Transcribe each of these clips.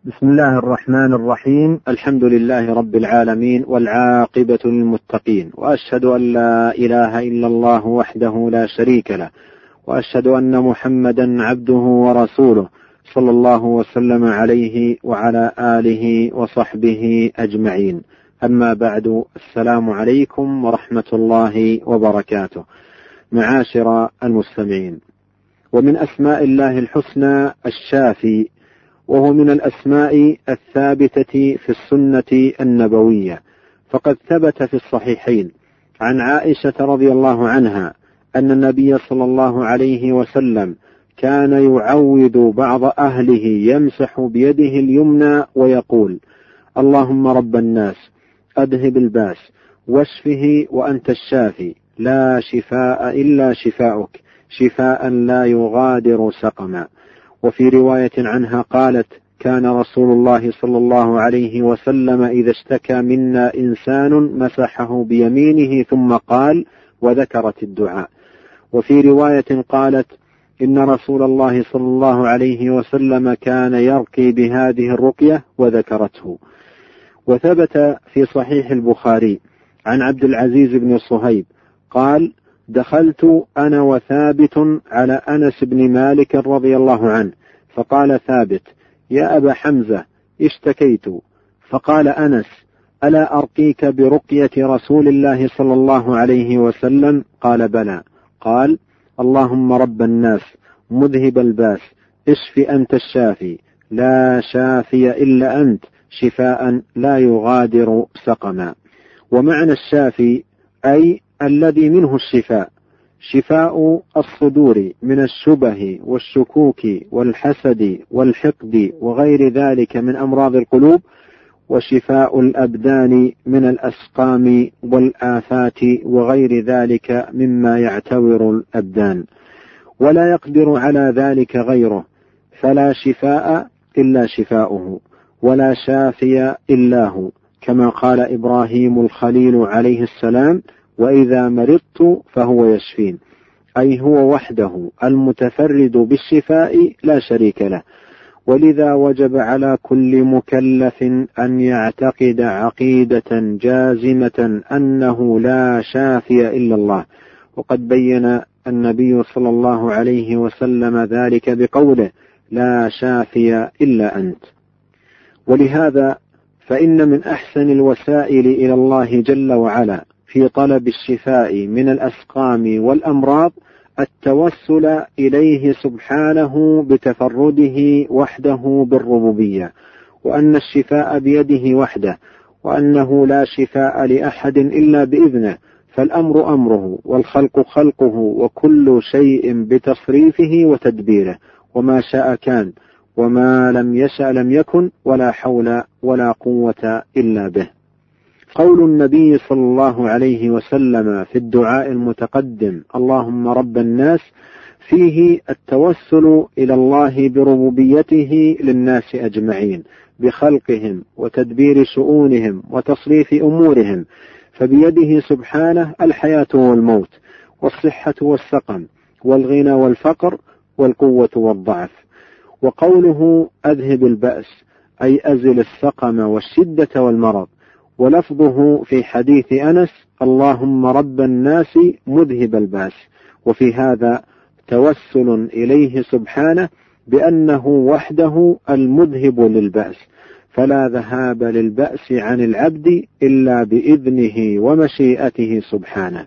بسم الله الرحمن الرحيم. الحمد لله رب العالمين، والعاقبة للمتقين، وأشهد أن لا إله إلا الله وحده لا شريك له، وأشهد أن محمدا عبده ورسوله صلى الله وسلم عليه وعلى آله وصحبه أجمعين. أما بعد، السلام عليكم ورحمة الله وبركاته. معاشر المستمعين، ومن أسماء الله الحسنى الشافي، وهو من الأسماء الثابتة في السنة النبوية، فقد ثبت في الصحيحين عن عائشة رضي الله عنها أن النبي صلى الله عليه وسلم كان يعوذ بعض أهله يمسح بيده اليمنى ويقول: اللهم رب الناس أذهب الباس واشفه وأنت الشافي، لا شفاء إلا شفاؤك، شفاء لا يغادر سقما. وفي رواية عنها قالت: كان رسول الله صلى الله عليه وسلم إذا اشتكى منا إنسان مسحه بيمينه ثم قال، وذكرت الدعاء. وفي رواية قالت: إن رسول الله صلى الله عليه وسلم كان يرقي بهذه الرقية، وذكرته. وثبت في صحيح البخاري عن عبد العزيز بن صهيب قال: دخلت أنا وثابت على أنس بن مالك رضي الله عنه، فقال ثابت: يا أبا حمزة اشتكيت. فقال أنس: ألا أرقيك برقية رسول الله صلى الله عليه وسلم؟ قال: بلى. قال: اللهم رب الناس مذهب الباس اشف أنت الشافي، لا شافي إلا أنت، شفاء لا يغادر سقما. ومعنى الشافي أي الذي منه الشفاء، شفاء الصدور من الشبه والشكوك والحسد والحقد وغير ذلك من أمراض القلوب، وشفاء الأبدان من الأسقام والآفات وغير ذلك مما يعتور الأبدان، ولا يقدر على ذلك غيره، فلا شفاء إلا شفاؤه، ولا شافي إلا هو، كما قال إبراهيم الخليل عليه السلام: وإذا مرضت فهو يشفين، أي هو وحده المتفرد بالشفاء لا شريك له. ولذا وجب على كل مكلف أن يعتقد عقيدة جازمة أنه لا شافي إلا الله، وقد بين النبي صلى الله عليه وسلم ذلك بقوله: لا شافي إلا أنت. ولهذا فإن من أحسن الوسائل إلى الله جل وعلا في طلب الشفاء من الأسقام والأمراض التوسل إليه سبحانه بتفرده وحده بالربوبية، وأن الشفاء بيده وحده، وأنه لا شفاء لأحد إلا بإذنه، فالأمر أمره والخلق خلقه، وكل شيء بتصريفه وتدبيره، وما شاء كان، وما لم يشأ لم يكن، ولا حول ولا قوة إلا به. قول النبي صلى الله عليه وسلم في الدعاء المتقدم: اللهم رب الناس، فيه التوسل إلى الله بربوبيته للناس أجمعين، بخلقهم وتدبير شؤونهم وتصريف أمورهم، فبيده سبحانه الحياة والموت، والصحة والسقم، والغنى والفقر، والقوة والضعف. وقوله أذهب البأس أي أزل السقم والشدة والمرض. ولفظه في حديث أنس: اللهم رب الناس مذهب الباس. وفي هذا توسل إليه سبحانه بأنه وحده المذهب للبأس، فلا ذهاب للبأس عن العبد إلا بإذنه ومشيئته سبحانه.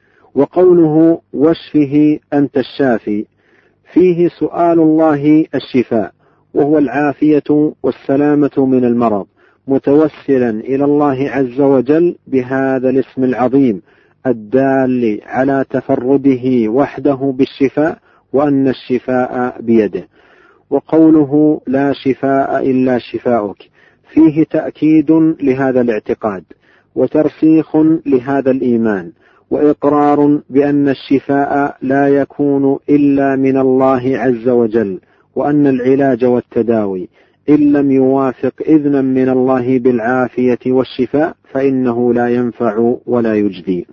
وقوله واشفه أنت الشافي فيه سؤال الله الشفاء، وهو العافية والسلامة من المرض، متوسلا إلى الله عز وجل بهذا الاسم العظيم الدال على تفرده وحده بالشفاء، وأن الشفاء بيده. وقوله لا شفاء إلا شفاؤك فيه تأكيد لهذا الاعتقاد، وترسيخ لهذا الإيمان، وإقرار بأن الشفاء لا يكون إلا من الله عز وجل، وأن العلاج والتداوي إن لم يوافق إذنا من الله بالعافية والشفاء فإنه لا ينفع ولا يجدي.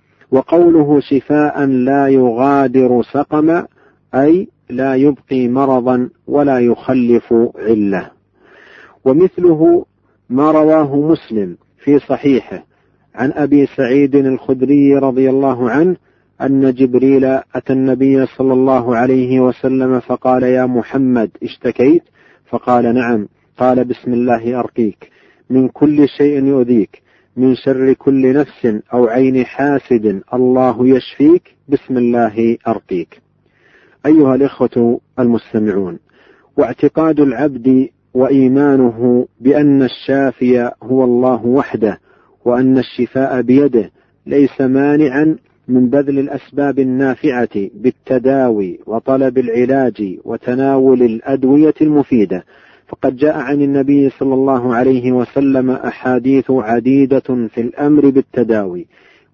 وقوله شفاء لا يغادر سقما أي لا يبقي مرضا ولا يخلف علة. ومثله ما رواه مسلم في صحيحه عن أبي سعيد الخدري رضي الله عنه أن جبريل أتى النبي صلى الله عليه وسلم فقال: يا محمد اشتكيت؟ فقال: نعم. قال: بسم الله أرقيك من كل شيء يؤذيك، من شر كل نفس أو عين حاسد، الله يشفيك، بسم الله أرقيك. أيها الإخوة المستمعون، واعتقاد العبد وإيمانه بأن الشافي هو الله وحده وأن الشفاء بيده ليس مانعا من بذل الأسباب النافعة بالتداوي وطلب العلاج وتناول الأدوية المفيدة، فقد جاء عن النبي صلى الله عليه وسلم أحاديث عديدة في الأمر بالتداوي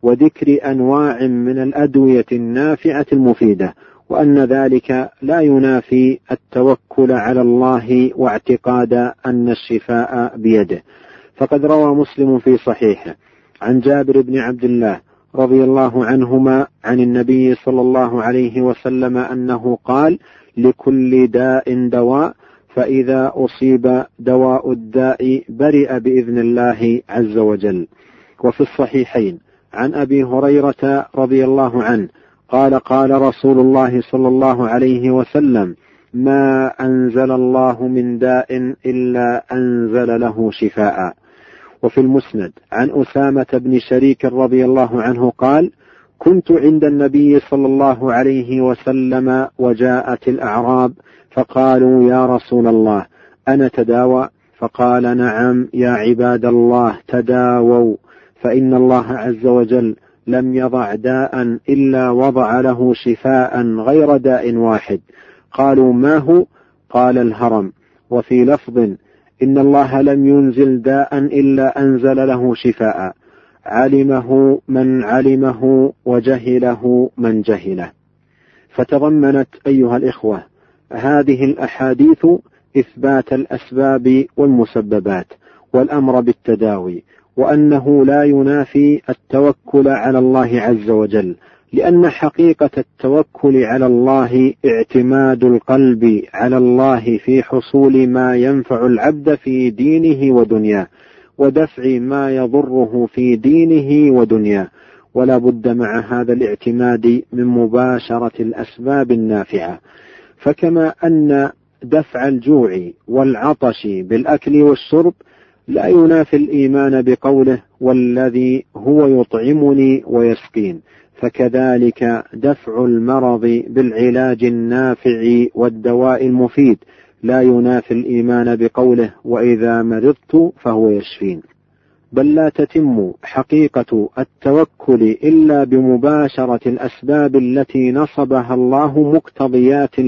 وذكر أنواع من الأدوية النافعة المفيدة، وأن ذلك لا ينافي التوكل على الله واعتقاد أن الشفاء بيده. فقد روى مسلم في صحيحه عن جابر بن عبد الله رضي الله عنهما عن النبي صلى الله عليه وسلم أنه قال: لكل داء دواء، فإذا أصيب دواء الداء برئ بإذن الله عز وجل. وفي الصحيحين عن أبي هريرة رضي الله عنه قال: قال رسول الله صلى الله عليه وسلم: ما أنزل الله من داء إلا أنزل له شفاء. وفي المسند عن أسامة بن شريك رضي الله عنه قال: كنت عند النبي صلى الله عليه وسلم وجاءت الأعراب فقالوا: يا رسول الله أنا تداوى؟ فقال: نعم يا عباد الله، تداووا، فإن الله عز وجل لم يضع داء إلا وضع له شفاء غير داء واحد. قالوا: ما هو؟ قال: الهرم. وفي لفظ: إن الله لم ينزل داء إلا أنزل له شفاء، علمه من علمه وجهله من جهله. فتضمنت أيها الإخوة هذه الأحاديث إثبات الأسباب والمسببات والأمر بالتداوي، وأنه لا ينافي التوكل على الله عز وجل، لأن حقيقة التوكل على الله اعتماد القلب على الله في حصول ما ينفع العبد في دينه ودنياه، ودفع ما يضره في دينه ودنياه. ولا بد مع هذا الاعتماد من مباشرة الأسباب النافعة، فكما أن دفع الجوع والعطش بالأكل والشرب لا ينافي الإيمان بقوله: والذي هو يطعمني ويسقين، فكذلك دفع المرض بالعلاج النافع والدواء المفيد لا ينافي الإيمان بقوله: وإذا مرضت فهو يشفين. بل لا تتم حقيقة التوكل إلا بمباشرة الأسباب التي نصبها الله مقتضيات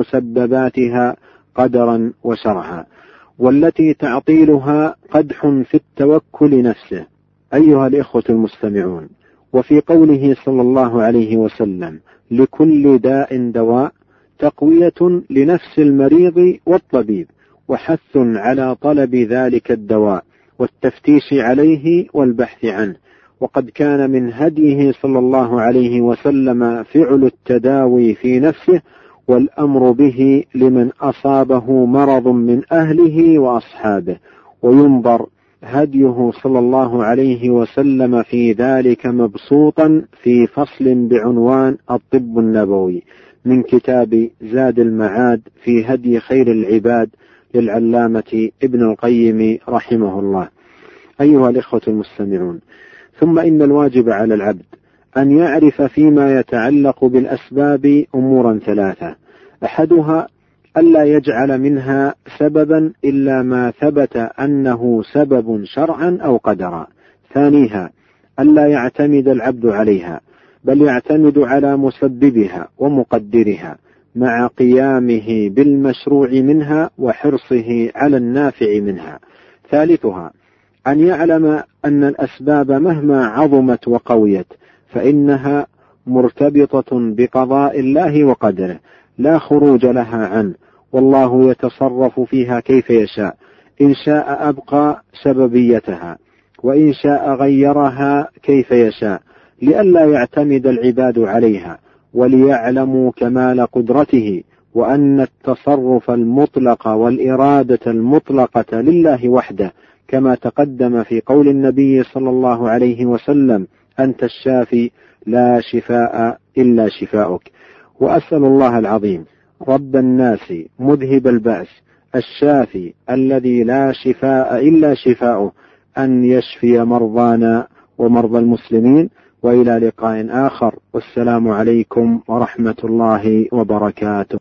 لمسبباتها قدرا وشرعا، والتي تعطيلها قدح في التوكل نفسه. أيها الإخوة المستمعون، وفي قوله صلى الله عليه وسلم: لكل داء دواء، تقوية لنفس المريض والطبيب، وحث على طلب ذلك الدواء والتفتيش عليه والبحث عنه. وقد كان من هديه صلى الله عليه وسلم فعل التداوي في نفسه والأمر به لمن أصابه مرض من أهله وأصحابه، وينظر هديه صلى الله عليه وسلم في ذلك مبسوطا في فصل بعنوان الطب النبوي من كتاب زاد المعاد في هدي خير العباد للعلامة ابن القيم رحمه الله. أيها الإخوة المستمعون، ثم إن الواجب على العبد أن يعرف فيما يتعلق بالأسباب أمورا ثلاثة: أحدها ألا يجعل منها سببا إلا ما ثبت أنه سبب شرعا أو قدرا. ثانيها ألا يعتمد العبد عليها، بل يعتمد على مسببها ومقدرها مع قيامه بالمشروع منها وحرصه على النافع منها. ثالثها أن يعلم أن الأسباب مهما عظمت وقويت فإنها مرتبطة بقضاء الله وقدره لا خروج لها عنه، والله يتصرف فيها كيف يشاء، إن شاء أبقى سببيتها وإن شاء غيرها كيف يشاء، لئلا يعتمد العباد عليها وليعلموا كمال قدرته وأن التصرف المطلق والإرادة المطلقة لله وحده، كما تقدم في قول النبي صلى الله عليه وسلم: أنت الشافي لا شفاء إلا شفاؤك. وأسأل الله العظيم رب الناس مذهب البأس الشافي الذي لا شفاء إلا شفاؤه أن يشفي مرضانا ومرضى المسلمين. وإلى لقاء آخر، والسلام عليكم ورحمة الله وبركاته.